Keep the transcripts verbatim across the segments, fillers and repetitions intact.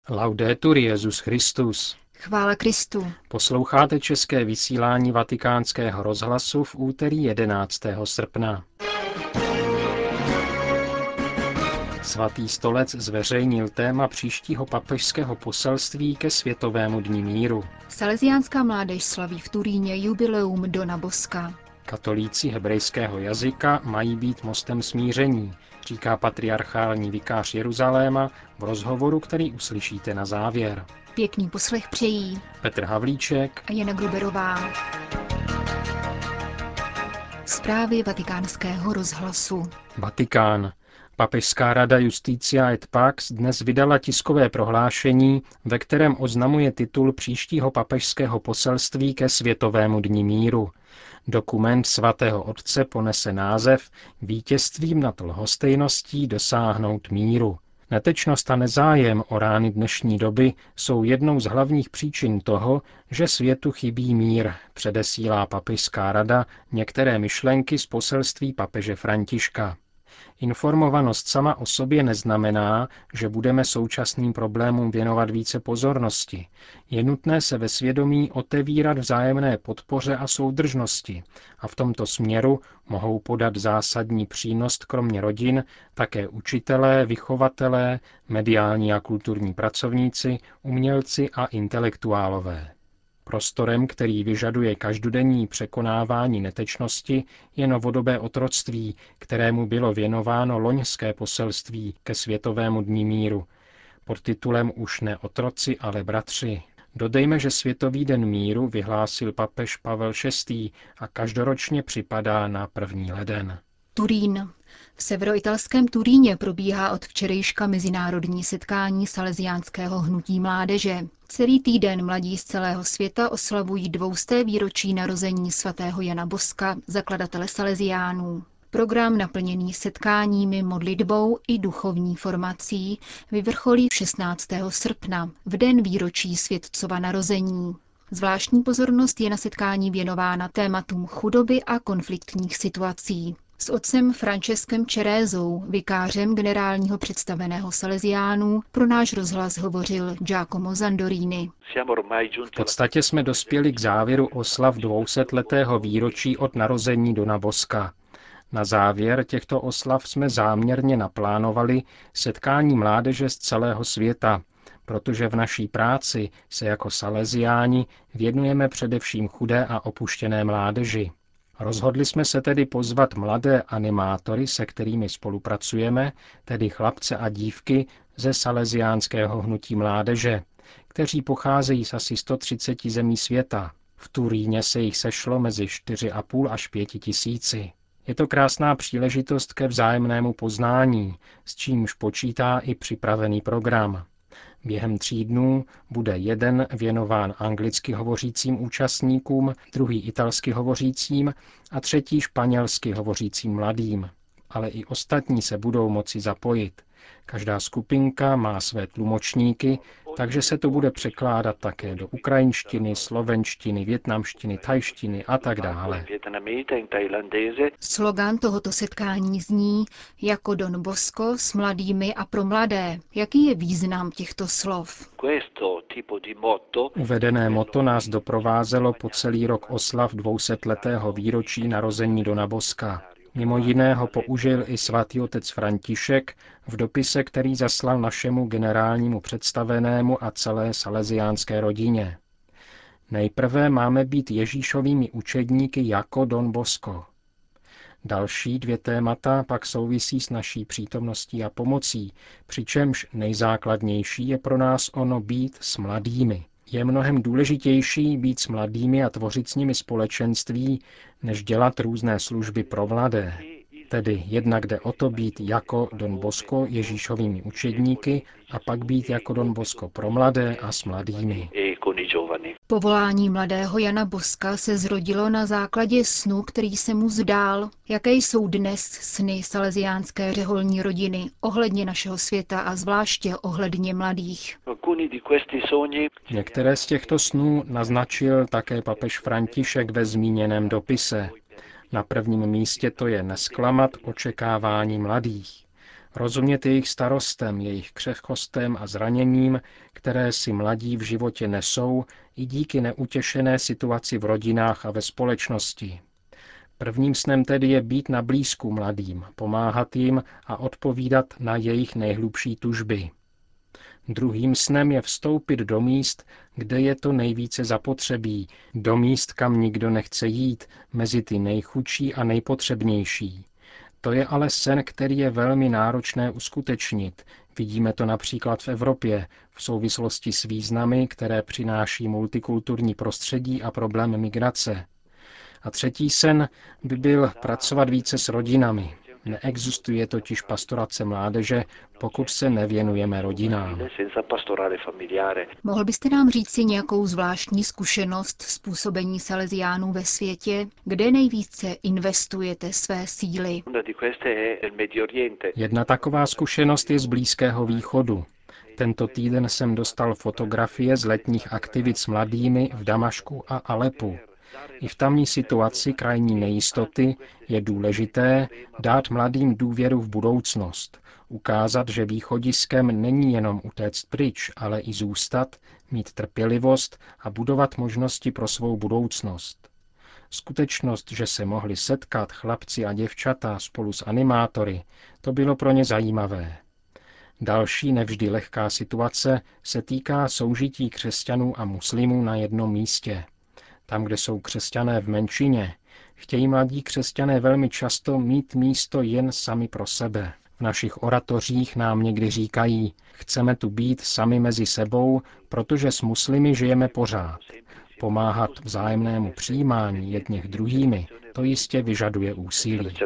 Laudetur Jesus Christus. Chvála Kristu. Posloucháte české vysílání Vatikánského rozhlasu v úterý jedenáctého srpna. Svatý stolec zveřejnil téma příštího papežského poselství ke Světovému dni míru. Salesiánská mládež slaví v Turíně jubileum Dona Bosca. Katolíci hebrejského jazyka mají být mostem smíření, říká patriarchální vikář Jeruzaléma v rozhovoru, který uslyšíte na závěr. Pěkný poslech přejí Petr Havlíček a Jana Gruberová. Zprávy Vatikánského rozhlasu. Vatikán. Papežská rada Justitia et Pax dnes vydala tiskové prohlášení, ve kterém oznamuje titul příštího papežského poselství ke Světovému dni míru. Dokument svatého otce ponese název Vítězstvím nad lhostejností dosáhnout míru. Netečnost a nezájem o rány dnešní doby jsou jednou z hlavních příčin toho, že světu chybí mír, předesílá papežská rada některé myšlenky z poselství papeže Františka. Informovanost sama o sobě neznamená, že budeme současným problémům věnovat více pozornosti. Je nutné se ve svědomí otevírat vzájemné podpoře a soudržnosti a v tomto směru mohou podat zásadní přínos kromě rodin také učitelé, vychovatelé, mediální a kulturní pracovníci, umělci a intelektuálové. Prostorem, který vyžaduje každodenní překonávání netečnosti, je novodobé otroctví, kterému bylo věnováno loňské poselství ke Světovému dni míru. Pod titulem Už ne otroci, ale bratři. Dodejme, že Světový den míru vyhlásil papež Pavel šestý. a každoročně připadá na první leden. Turín. V severoitalském Turíně probíhá od včerejška mezinárodní setkání salesiánského hnutí mládeže. Celý týden mladí z celého světa oslavují dvousté výročí narození svatého Jana Boska, zakladatele salesiánů. Program naplněný setkáními, modlitbou i duchovní formací vyvrcholí šestnáctého srpna, v den výročí světcova narození. Zvláštní pozornost je na setkání věnována tématům chudoby a konfliktních situací. S otcem Franceskem Cerézou, vikářem generálního představeného salesiánů, pro náš rozhlas hovořil Giacomo Zandorini. V podstatě jsme dospěli k závěru oslav dvousetletého výročí od narození Dona Boska. Na závěr těchto oslav jsme záměrně naplánovali setkání mládeže z celého světa, protože v naší práci se jako salesiáni věnujeme především chudé a opuštěné mládeži. Rozhodli jsme se tedy pozvat mladé animátory, se kterými spolupracujeme, tedy chlapce a dívky ze salesiánského hnutí mládeže, kteří pocházejí z asi sto třicet zemí světa. V Turíně se jich sešlo mezi čtyři a půl až pěti tisíci. Je to krásná příležitost ke vzájemnému poznání, s čímž počítá i připravený program. Během tří dnů bude jeden věnován anglicky hovořícím účastníkům, druhý italsky hovořícím a třetí španělsky hovořícím mladým. Ale i ostatní se budou moci zapojit. Každá skupinka má své tlumočníky, takže se to bude překládat také do ukrajinštiny, slovenštiny, vietnamštiny, thajštiny a tak dále. Slogan tohoto setkání zní jako Don Bosco s mladými a pro mladé. Jaký je význam těchto slov? Uvedené motto nás doprovázelo po celý rok oslav dvousetletého výročí narození Dona Boska. Mimo jiného použil i svatý otec František v dopise, který zaslal našemu generálnímu představenému a celé salesiánské rodině. Nejprve máme být Ježíšovými učedníky jako Don Bosco. Další dvě témata pak souvisí s naší přítomností a pomocí, přičemž nejzákladnější je pro nás ono být s mladými. Je mnohem důležitější být s mladými a tvořit s nimi společenství, než dělat různé služby pro mladé. Tedy jednak jde o to být jako Don Bosco Ježíšovými učedníky a pak být jako Don Bosco pro mladé a s mladými. Povolání mladého Jana Boska se zrodilo na základě snu, který se mu zdál. Jaké jsou dnes sny salesiánské řeholní rodiny ohledně našeho světa a zvláště ohledně mladých? Některé z těchto snů naznačil také papež František ve zmíněném dopise. Na prvním místě to je nesklamat očekávání mladých. rozumět jejich starostem, jejich křehkostem a zraněním, které si mladí v životě nesou i díky neutěšené situaci v rodinách a ve společnosti. Prvním snem tedy je být na blízku mladým, pomáhat jim a odpovídat na jejich nejhlubší tužby. Druhým snem je vstoupit do míst, kde je to nejvíce zapotřebí, do míst, kam nikdo nechce jít, mezi ty nejchudší a nejpotřebnější. To je ale sen, který je velmi náročné uskutečnit. Vidíme to například v Evropě v souvislosti s významy, které přináší multikulturní prostředí a problém migrace. A třetí sen by byl pracovat více s rodinami. Neexistuje totiž pastorace mládeže, pokud se nevěnujeme rodinám. Mohl byste nám říci nějakou zvláštní zkušenost z působení Salesiánů ve světě, kde nejvíce investujete své síly? Jedna taková zkušenost je z Blízkého východu. Tento týden jsem dostal fotografie z letních aktivit s mladými v Damašku a Alepu. I v tamní situaci krajní nejistoty je důležité dát mladým důvěru v budoucnost, ukázat, že východiskem není jenom utéct pryč, ale i zůstat, mít trpělivost a budovat možnosti pro svou budoucnost. Skutečnost, že se mohli setkat chlapci a děvčata spolu s animátory, to bylo pro ně zajímavé. Další nevždy lehká situace se týká soužití křesťanů a muslimů na jednom místě. Tam, kde jsou křesťané v menšině, chtějí mladí křesťané velmi často mít místo jen sami pro sebe. V našich oratořích nám někdy říkají, chceme tu být sami mezi sebou, protože s muslimy žijeme pořád. Pomáhat vzájemnému přijímání jedněch druhými, to jistě vyžaduje úsilí.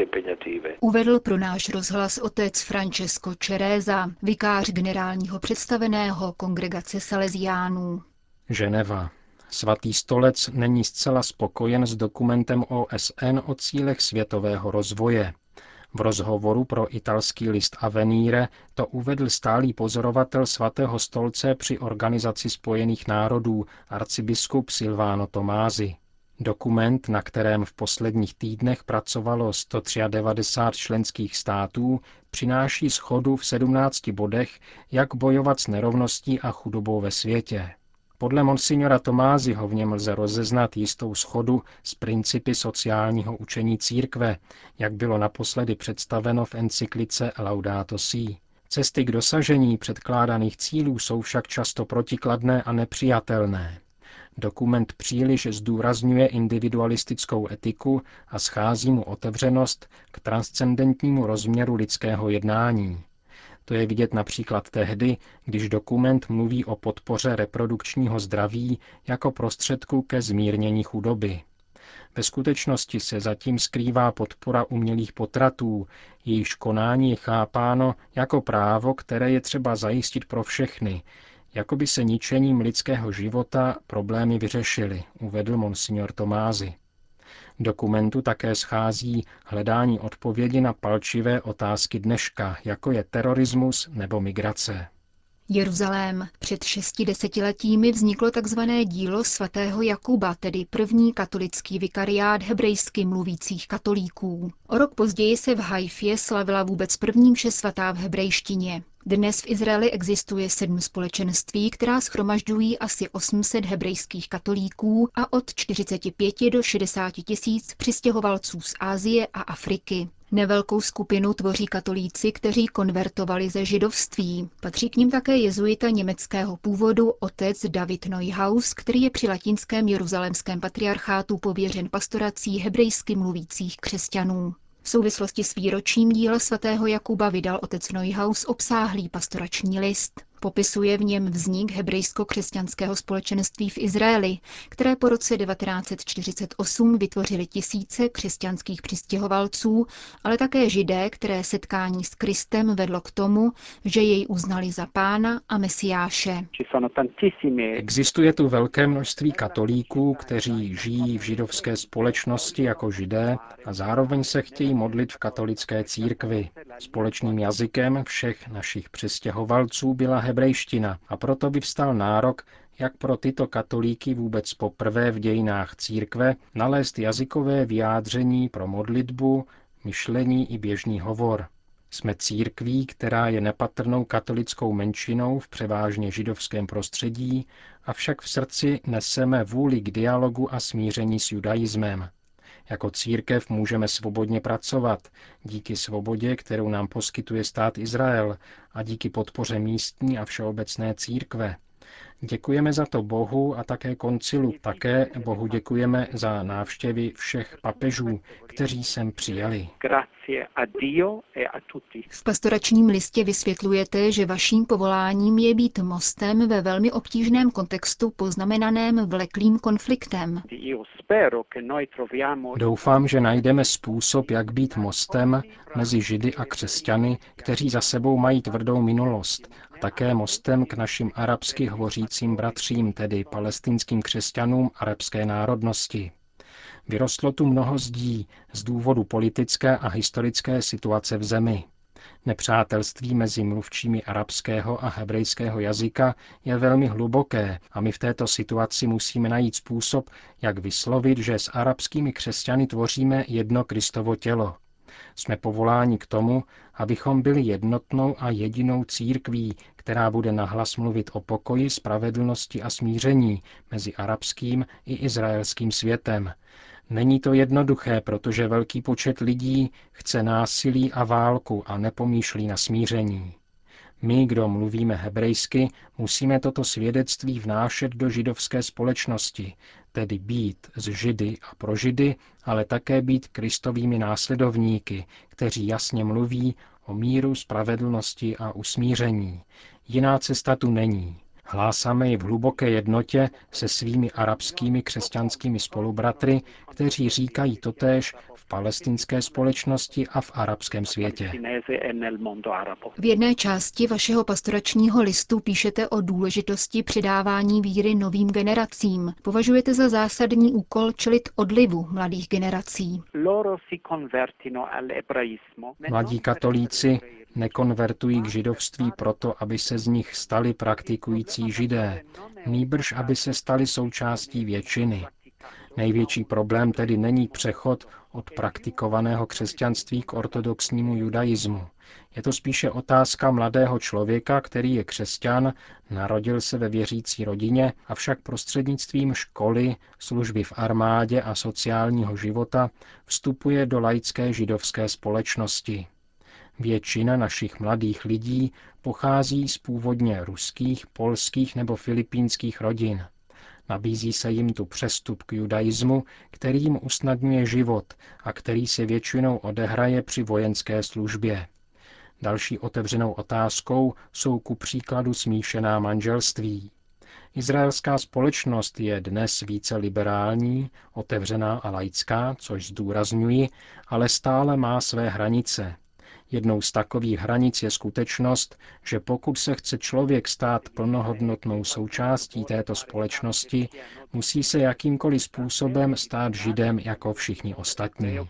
Uvedl pro náš rozhlas otec Francesco Ceresa, vikář generálního představeného Kongregace Salesiánů. Ženeva. Svatý stolec není zcela spokojen s dokumentem O S N o cílech světového rozvoje. V rozhovoru pro italský list Avvenire to uvedl stálý pozorovatel Svatého stolce při Organizaci spojených národů arcibiskup Silvano Tomasi. Dokument, na kterém v posledních týdnech pracovalo sto devadesát tři členských států, přináší shodu v sedmnácti bodech, jak bojovat s nerovností a chudobou ve světě. Podle monsignora Tomásiho v něm lze rozeznat jistou shodu s principy sociálního učení církve, jak bylo naposledy představeno v encyklice Laudato Si. Cesty k dosažení předkládaných cílů jsou však často protikladné a nepřijatelné. Dokument příliš zdůrazňuje individualistickou etiku a schází mu otevřenost k transcendentnímu rozměru lidského jednání. To je vidět například tehdy, když dokument mluví o podpoře reprodukčního zdraví jako prostředku ke zmírnění chudoby. Ve skutečnosti se zatím skrývá podpora umělých potratů, jejichž konání je chápáno jako právo, které je třeba zajistit pro všechny, jako by se ničením lidského života problémy vyřešily, uvedl monsignor Tomasi. Dokumentu také schází hledání odpovědi na palčivé otázky dneška, jako je terorismus nebo migrace. Jeruzalém. Před šesti desetiletími vzniklo takzvané dílo svatého Jakuba, tedy první katolický vikariát hebrejsky mluvících katolíků. O rok později se v Haifě slavila vůbec první mše svatá v hebrejštině. Dnes v Izraeli existuje sedm společenství, která shromažďují asi osm set hebrejských katolíků a od čtyřicet pět do šedesáti tisíc přistěhovalců z Asie a Afriky. Nevelkou skupinu tvoří katolíci, kteří konvertovali ze židovství. Patří k nim také jezuita německého původu otec David Neuhaus, který je při latinském jeruzalémském patriarchátu pověřen pastorací hebrejsky mluvících křesťanů. V souvislosti s výročím díla svatého Jakuba vydal otec Neuhaus obsáhlý pastorační list. Popisuje v něm vznik hebrejsko-křesťanského společenství v Izraeli, které po roce devatenáct set čtyřicet osm vytvořili tisíce křesťanských přistěhovalců, ale také Židé, které setkání s Kristem vedlo k tomu, že jej uznali za pána a mesiáše. Existuje tu velké množství katolíků, kteří žijí v židovské společnosti jako Židé a zároveň se chtějí modlit v katolické církvi. Společným jazykem všech našich přistěhovalců byla hebrejština a proto vyvstal nárok, jak pro tyto katolíky vůbec poprvé v dějinách církve nalézt jazykové vyjádření pro modlitbu, myšlení i běžný hovor. Jsme církví, která je nepatrnou katolickou menšinou v převážně židovském prostředí, avšak v srdci neseme vůli k dialogu a smíření s judaismem. Jako církev můžeme svobodně pracovat, díky svobodě, kterou nám poskytuje stát Izrael a díky podpoře místní a všeobecné církve. Děkujeme za to Bohu a také koncilu. Také Bohu děkujeme za návštěvy všech papežů, kteří sem přijeli. V pastoračním listě vysvětlujete, že vaším povoláním je být mostem ve velmi obtížném kontextu poznamenaném vleklým konfliktem. Doufám, že najdeme způsob, jak být mostem mezi Židy a křesťany, kteří za sebou mají tvrdou minulost, a také mostem k našim arabsky hovořícím bratřím, tedy palestinským křesťanům arabské národnosti. Vyrostlo tu mnoho zdí z důvodu politické a historické situace v zemi. Nepřátelství mezi mluvčími arabského a hebrejského jazyka je velmi hluboké a my v této situaci musíme najít způsob, jak vyslovit, že s arabskými křesťany tvoříme jedno Kristovo tělo. Jsme povoláni k tomu, abychom byli jednotnou a jedinou církví, která bude nahlas mluvit o pokoji, spravedlnosti a smíření mezi arabským i izraelským světem. Není to jednoduché, protože velký počet lidí chce násilí a válku a nepomýšlí na smíření. My, kdo mluvíme hebrejsky, musíme toto svědectví vnášet do židovské společnosti, tedy být z Židy a pro Židy, ale také být Kristovými následovníky, kteří jasně mluví o míru, spravedlnosti a usmíření. Jiná cesta tu není. Hlásáme ji v hluboké jednotě se svými arabskými křesťanskými spolubratry, kteří říkají totéž v palestinské společnosti a v arabském světě. V jedné části vašeho pastoračního listu píšete o důležitosti předávání víry novým generacím. Považujete za zásadní úkol čelit odlivu mladých generací. Mladí katolíci nekonvertují k židovství proto, aby se z nich stali praktikující židé, nýbrž aby se stali součástí většiny. Největší problém tedy není přechod od praktikovaného křesťanství k ortodoxnímu judaismu. Je to spíše otázka mladého člověka, který je křesťan, narodil se ve věřící rodině, avšak prostřednictvím školy, služby v armádě a sociálního života vstupuje do laické židovské společnosti. Většina našich mladých lidí pochází z původně ruských, polských nebo filipínských rodin. Nabízí se jim tu přestup k judaismu, který jim usnadňuje život a který se většinou odehraje při vojenské službě. Další otevřenou otázkou jsou ku příkladu smíšená manželství. Izraelská společnost je dnes více liberální, otevřená a laická, což zdůrazňuji, ale stále má své hranice. Jednou z takových hranic je skutečnost, že pokud se chce člověk stát plnohodnotnou součástí této společnosti, musí se jakýmkoliv způsobem stát židem jako všichni ostatní.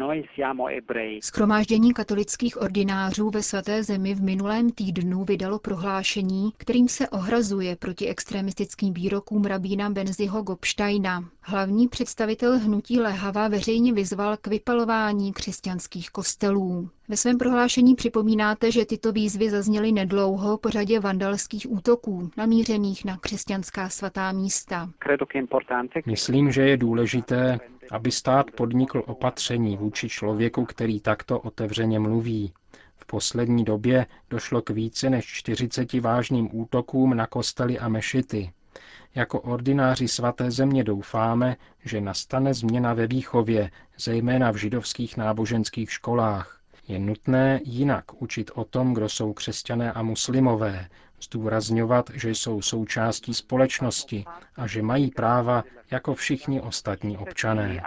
Shromáždění katolických ordinářů ve Svaté zemi v minulém týdnu vydalo prohlášení, kterým se ohrazuje proti extremistickým výrokům rabína Benziho Gopštajna. Hlavní představitel hnutí Lehava veřejně vyzval k vypalování křesťanských kostelů. Ve svém prohlášení připomínáte, že tyto výzvy zazněly nedlouho po řadě vandalských útoků namířených na křesťanská svatá místa. Myslím, že je důležité, aby stát podnikl opatření vůči člověku, který takto otevřeně mluví. V poslední době došlo k více než čtyřiceti vážným útokům na kostely a mešity. Jako ordináři Svaté země doufáme, že nastane změna ve výchově, zejména v židovských náboženských školách. Je nutné jinak učit o tom, kdo jsou křesťané a muslimové, zdůrazňovat, že jsou součástí společnosti a že mají práva jako všichni ostatní občané.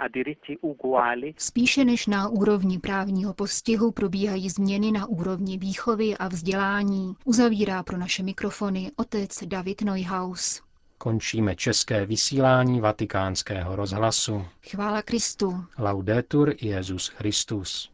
Spíše než na úrovni právního postihu probíhají změny na úrovni výchovy a vzdělání, uzavírá pro naše mikrofony otec David Neuhaus. Končíme české vysílání Vatikánského rozhlasu. Chvála Kristu. Laudetur Jesus Christus.